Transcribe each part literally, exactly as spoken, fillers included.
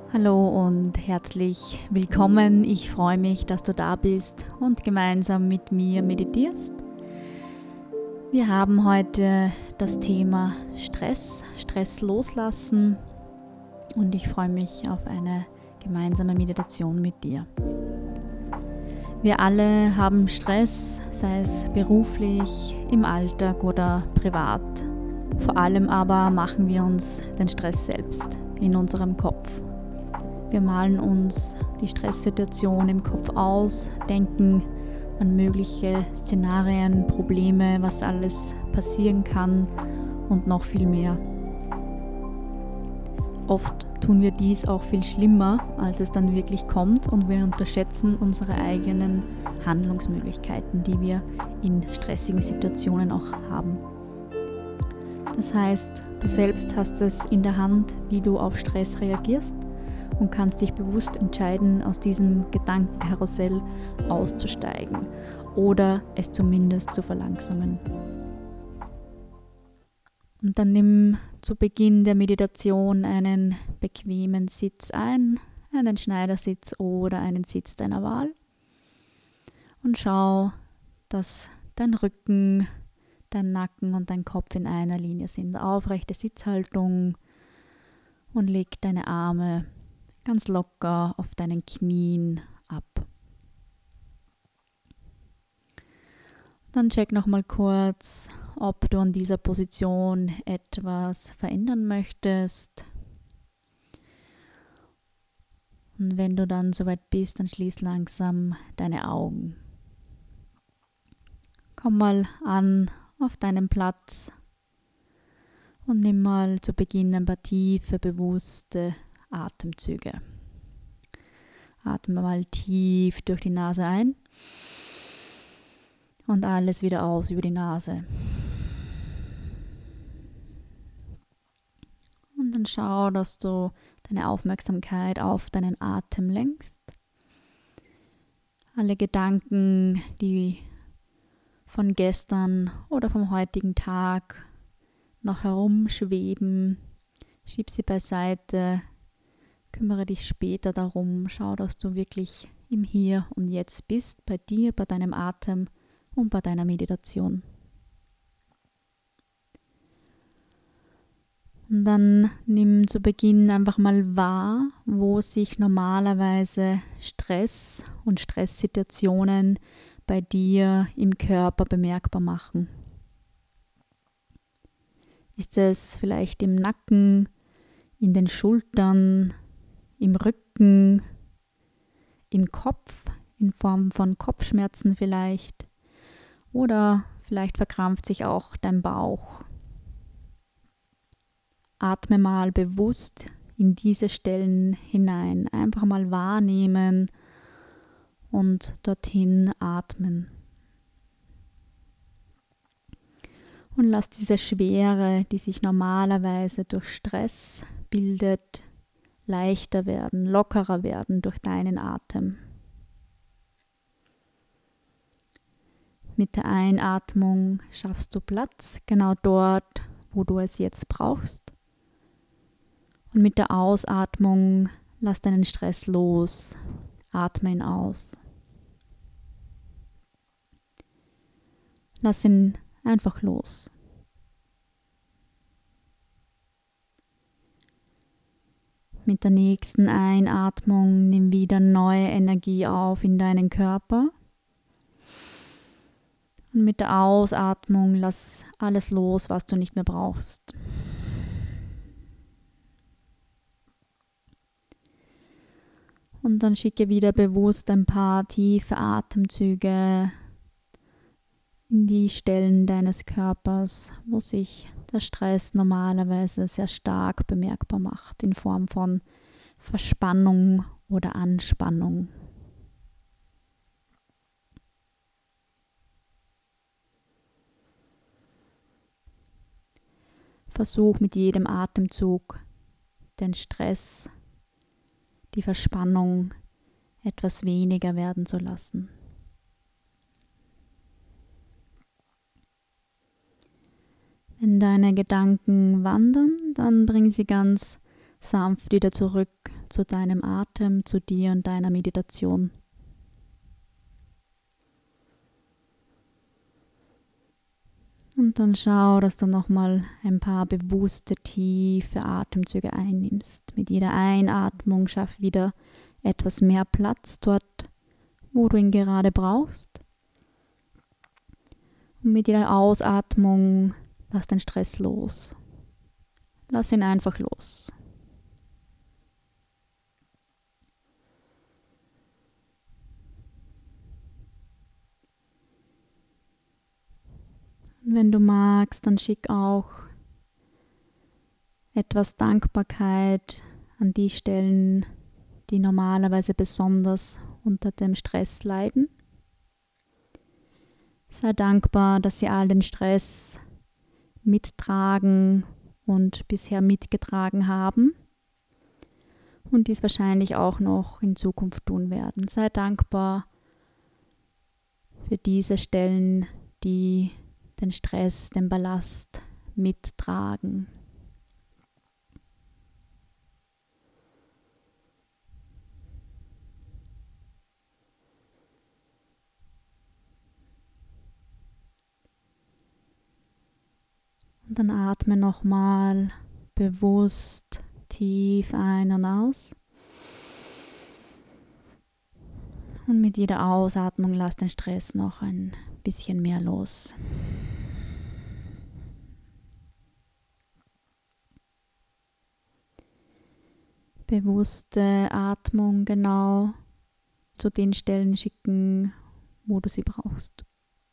Hallo und herzlich willkommen. Ich freue mich, dass du da bist und gemeinsam mit mir meditierst. Wir haben heute das Thema Stress, Stress loslassen und ich freue mich auf eine gemeinsame Meditation mit dir. Wir alle haben Stress, sei es beruflich, im Alltag oder privat. Vor allem aber machen wir uns den Stress selbst in unserem Kopf. Wir malen uns die Stresssituation im Kopf aus, denken an mögliche Szenarien, Probleme, was alles passieren kann und noch viel mehr. Oft tun wir dies auch viel schlimmer, als es dann wirklich kommt, und wir unterschätzen unsere eigenen Handlungsmöglichkeiten, die wir in stressigen Situationen auch haben. Das heißt, du selbst hast es in der Hand, wie du auf Stress reagierst, und kannst dich bewusst entscheiden, aus diesem Gedankenkarussell auszusteigen oder es zumindest zu verlangsamen. Und dann nimm zu Beginn der Meditation einen bequemen Sitz ein, einen Schneidersitz oder einen Sitz deiner Wahl, und schau, dass dein Rücken, dein Nacken und dein Kopf in einer Linie sind. Aufrechte Sitzhaltung, und leg deine Arme ganz locker auf deinen Knien ab. Dann check nochmal kurz, ob du an dieser Position etwas verändern möchtest. Und wenn du dann soweit bist, dann schließ langsam deine Augen. Komm mal an auf deinen Platz und nimm mal zu Beginn ein paar tiefe, bewusste Atemzüge. Atme mal tief durch die Nase ein und alles wieder aus über die Nase. Und dann schau, dass du deine Aufmerksamkeit auf deinen Atem lenkst. Alle Gedanken, die von gestern oder vom heutigen Tag noch herumschweben, schieb sie beiseite. Kümmere dich später darum, schau, dass du wirklich im Hier und Jetzt bist, bei dir, bei deinem Atem und bei deiner Meditation. Und dann nimm zu Beginn einfach mal wahr, wo sich normalerweise Stress und Stresssituationen bei dir im Körper bemerkbar machen. Ist es vielleicht im Nacken, in den Schultern, im Rücken, im Kopf, in Form von Kopfschmerzen vielleicht, oder vielleicht verkrampft sich auch dein Bauch. Atme mal bewusst in diese Stellen hinein, einfach mal wahrnehmen und dorthin atmen. Und lass diese Schwere, die sich normalerweise durch Stress bildet, leichter werden, lockerer werden durch deinen Atem. Mit der Einatmung schaffst du Platz, genau dort, wo du es jetzt brauchst. Und mit der Ausatmung lass deinen Stress los, atme ihn aus. Lass ihn einfach los. Mit der nächsten Einatmung nimm wieder neue Energie auf in deinen Körper. Und mit der Ausatmung lass alles los, was du nicht mehr brauchst. Und dann schicke wieder bewusst ein paar tiefe Atemzüge in die Stellen deines Körpers, wo sich der Stress normalerweise sehr stark bemerkbar macht, in Form von Verspannung oder Anspannung. Versuch mit jedem Atemzug den Stress, die Verspannung etwas weniger werden zu lassen. Wenn deine Gedanken wandern, dann bring sie ganz sanft wieder zurück zu deinem Atem, zu dir und deiner Meditation. Und dann schau, dass du nochmal ein paar bewusste, tiefe Atemzüge einnimmst. Mit jeder Einatmung schaff wieder etwas mehr Platz dort, wo du ihn gerade brauchst. Und mit jeder Ausatmung lass den Stress los. Lass ihn einfach los. Und wenn du magst, dann schick auch etwas Dankbarkeit an die Stellen, die normalerweise besonders unter dem Stress leiden. Sei dankbar, dass sie all den Stress mittragen und bisher mitgetragen haben und dies wahrscheinlich auch noch in Zukunft tun werden. Sei dankbar für diese Stellen, die den Stress, den Ballast mittragen. Und dann atme nochmal bewusst tief ein und aus. Und mit jeder Ausatmung lass den Stress noch ein bisschen mehr los. Bewusste Atmung genau zu den Stellen schicken, wo du sie brauchst.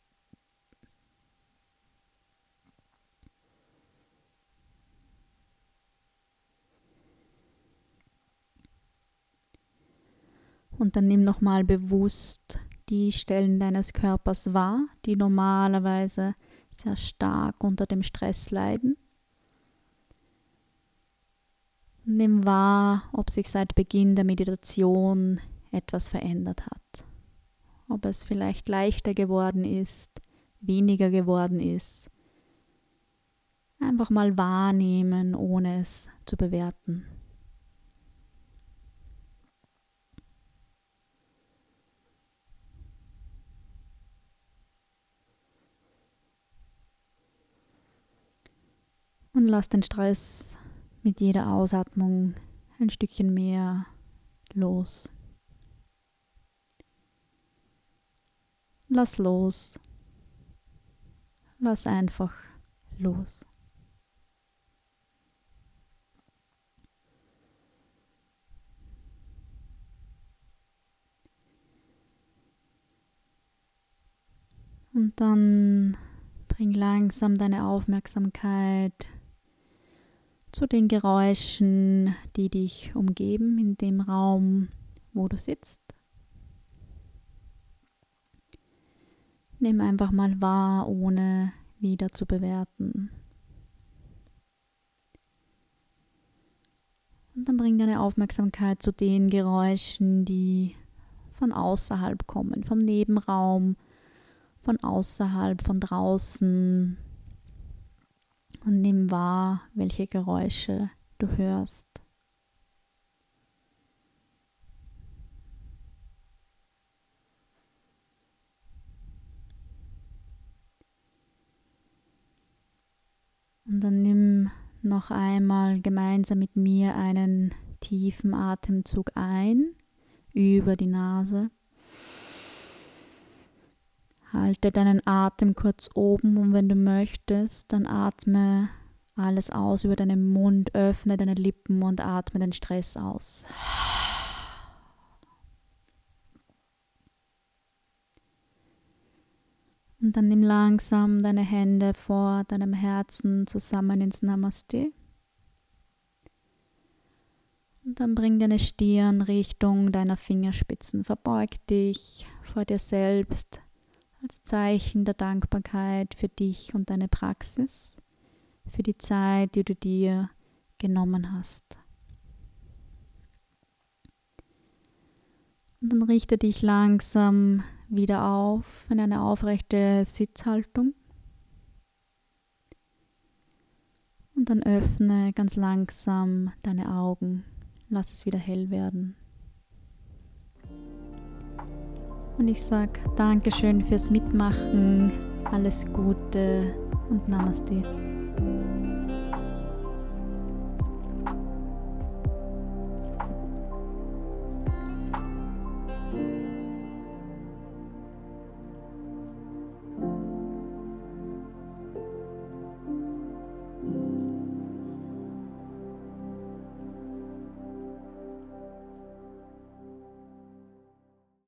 Und dann nimm nochmal bewusst die Stellen deines Körpers wahr, die normalerweise sehr stark unter dem Stress leiden. Nimm wahr, ob sich seit Beginn der Meditation etwas verändert hat. Ob es vielleicht leichter geworden ist, weniger geworden ist. Einfach mal wahrnehmen, ohne es zu bewerten. Und lass den Stress mit jeder Ausatmung ein Stückchen mehr los. Lass los. Lass einfach los. Und dann bring langsam deine Aufmerksamkeit zu den Geräuschen, die dich umgeben in dem Raum, wo du sitzt. Nimm einfach mal wahr, ohne wieder zu bewerten. Und dann bring deine Aufmerksamkeit zu den Geräuschen, die von außerhalb kommen, vom Nebenraum, von außerhalb, von draußen. Und nimm wahr, welche Geräusche du hörst. Und dann nimm noch einmal gemeinsam mit mir einen tiefen Atemzug ein, über die Nase. Halte deinen Atem kurz oben und wenn du möchtest, dann atme alles aus über deinen Mund, öffne deine Lippen und atme den Stress aus. Und dann nimm langsam deine Hände vor deinem Herzen zusammen ins Namaste. Und dann bring deine Stirn Richtung deiner Fingerspitzen. Verbeug dich vor dir selbst als Zeichen der Dankbarkeit für dich und deine Praxis, für die Zeit, die du dir genommen hast. Und dann richte dich langsam wieder auf in eine aufrechte Sitzhaltung. Und dann öffne ganz langsam deine Augen. lass es wieder hell werden. Und ich sage Dankeschön fürs Mitmachen, alles Gute und Namaste.